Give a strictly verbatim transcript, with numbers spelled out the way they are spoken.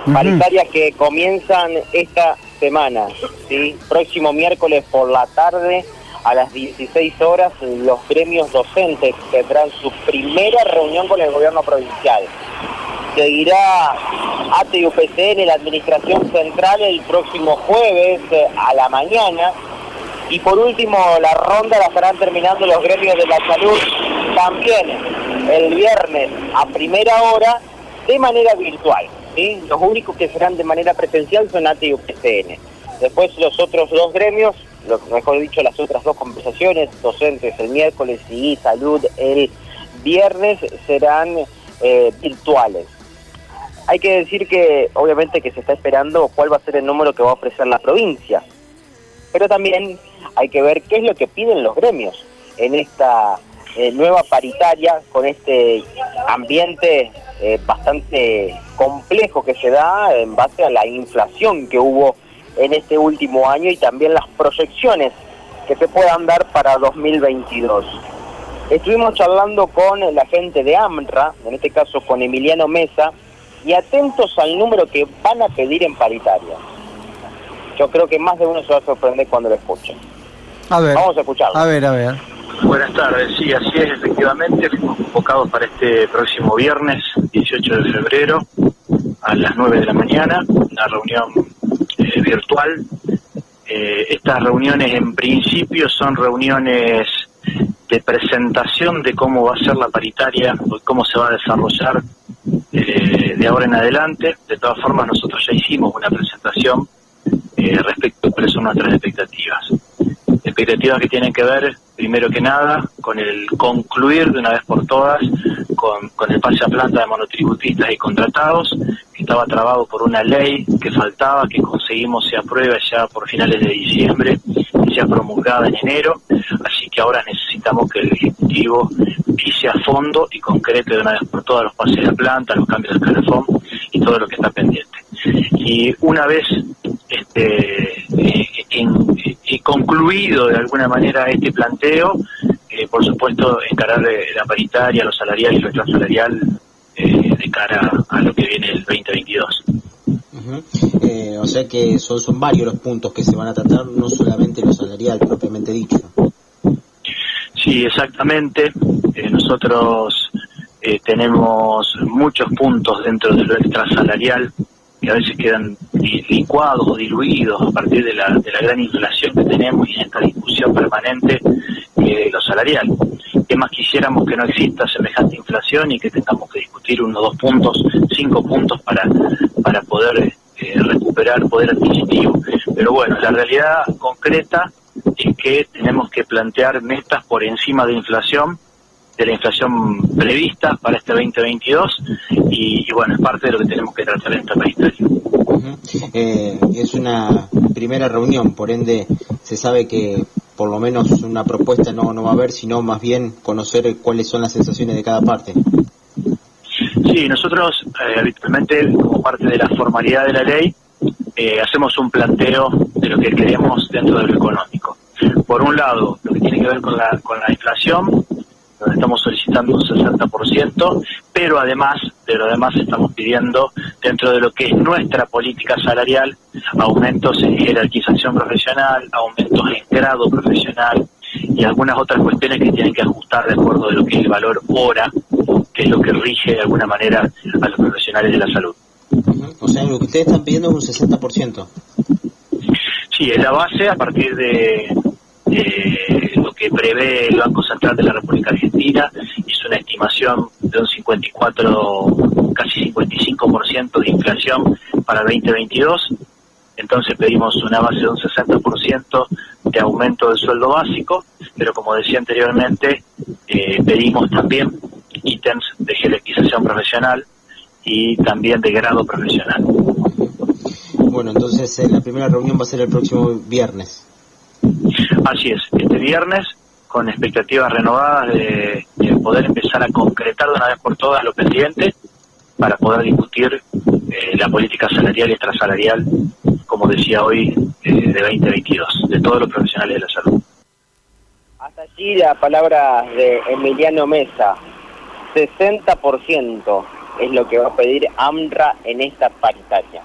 Uh-huh. Paritarias que comienzan esta semana, ¿sí? Próximo miércoles por la tarde, a las dieciséis horas, los gremios docentes tendrán su primera reunión con el gobierno provincial. Seguirá A T E y U P C N, la administración central, el próximo jueves eh, a la mañana. Y por último, la ronda la estarán terminando los gremios de la salud también el viernes a primera hora de manera virtual, ¿sí? Los únicos que serán de manera presencial son A T E y U P C N. Después los otros dos gremios, lo, mejor dicho, las otras dos conversaciones, docentes el miércoles y salud el viernes, serán eh, virtuales. Hay que decir que obviamente que se está esperando cuál va a ser el número que va a ofrecer la provincia, pero también hay que ver qué es lo que piden los gremios en esta eh, nueva paritaria, con este ambiente eh, bastante complejo que se da en base a la inflación que hubo en este último año y también las proyecciones que se puedan dar para dos mil veintidós. Estuvimos charlando con la gente de AMRA, en este caso con Emiliano Mesa, y atentos al número que van a pedir en paritaria. Yo creo que más de uno se va a sorprender cuando lo escuchen. A ver. Vamos a escucharlo. A ver, a ver. Buenas tardes, sí, así es, efectivamente, fuimos convocados para este próximo viernes, dieciocho de febrero, a las nueve de la mañana, una reunión eh, virtual. Eh, estas reuniones en principio son reuniones de presentación de cómo va a ser la paritaria, o cómo se va a desarrollar eh, de ahora en adelante. De todas formas, nosotros ya hicimos una presentación eh, respecto a cuáles son nuestras expectativas. Expectativas que tienen que ver, primero que nada, con el concluir de una vez por todas con, con el pase a planta de monotributistas y contratados, que estaba trabado por una ley que faltaba, que conseguimos se apruebe ya por finales de diciembre y sea promulgada en enero, así que ahora necesitamos que el Ejecutivo pise a fondo y concrete de una vez por todas los pases a planta, los cambios de calefón y todo lo que está pendiente. Y una vez este, eh, en, eh, concluido de alguna manera este planteo, eh, por supuesto encarar la paritaria, lo salarial y lo extrasalarial eh, de cara a lo que viene el veinte veintidós. Uh-huh. Eh, o sea que son, son varios los puntos que se van a tratar, no solamente lo salarial propiamente dicho. Sí, exactamente. Eh, nosotros eh, tenemos muchos puntos dentro de lo extrasalarial que a veces quedan licuados o diluidos a partir de la, de la gran inflación que tenemos y en esta discusión permanente de eh, lo salarial. ¿Qué más quisiéramos que no exista semejante inflación y que tengamos que discutir uno, dos puntos, cinco puntos para, para poder eh, recuperar poder adquisitivo? Pero bueno, la realidad concreta es que tenemos que plantear metas por encima de inflación, de la inflación prevista para este veinte veintidós y, y bueno, es parte de lo que tenemos que tratar en esta paritaria. Uh-huh. Eh, es una primera reunión, por ende se sabe que por lo menos una propuesta no, no va a haber, sino más bien conocer cuáles son las sensaciones de cada parte. Sí, nosotros eh, habitualmente, como parte de la formalidad de la ley, eh, hacemos un planteo de lo que queremos dentro de lo económico. Por un lado, lo que tiene que ver con la, con la inflación, donde estamos solicitando un sesenta por ciento, pero además de lo demás estamos pidiendo, dentro de lo que es nuestra política salarial, aumentos en jerarquización profesional, aumentos en grado profesional y algunas otras cuestiones que tienen que ajustar de acuerdo de lo que es el valor hora, que es lo que rige de alguna manera a los profesionales de la salud. Uh-huh. O sea, lo que ustedes están pidiendo es un sesenta por ciento. Sí, es la base a partir de... Eh, lo que prevé el Banco Central de la República Argentina, hizo una estimación de un cincuenta y cuatro, casi cincuenta y cinco por ciento de inflación para el veinte veintidós, entonces pedimos una base de un sesenta por ciento de aumento del sueldo básico, pero como decía anteriormente, eh, pedimos también ítems de jerarquización profesional y también de grado profesional. Bueno, entonces eh, la primera reunión va a ser el próximo viernes. Así es, este viernes, con expectativas renovadas de, de poder empezar a concretar de una vez por todas lo pendiente para poder discutir eh, la política salarial y extrasalarial, como decía hoy, eh, de veinte veintidós, de todos los profesionales de la salud. Hasta allí la palabra de Emiliano Mesa, sesenta por ciento es lo que va a pedir AMRA en esta paritaria.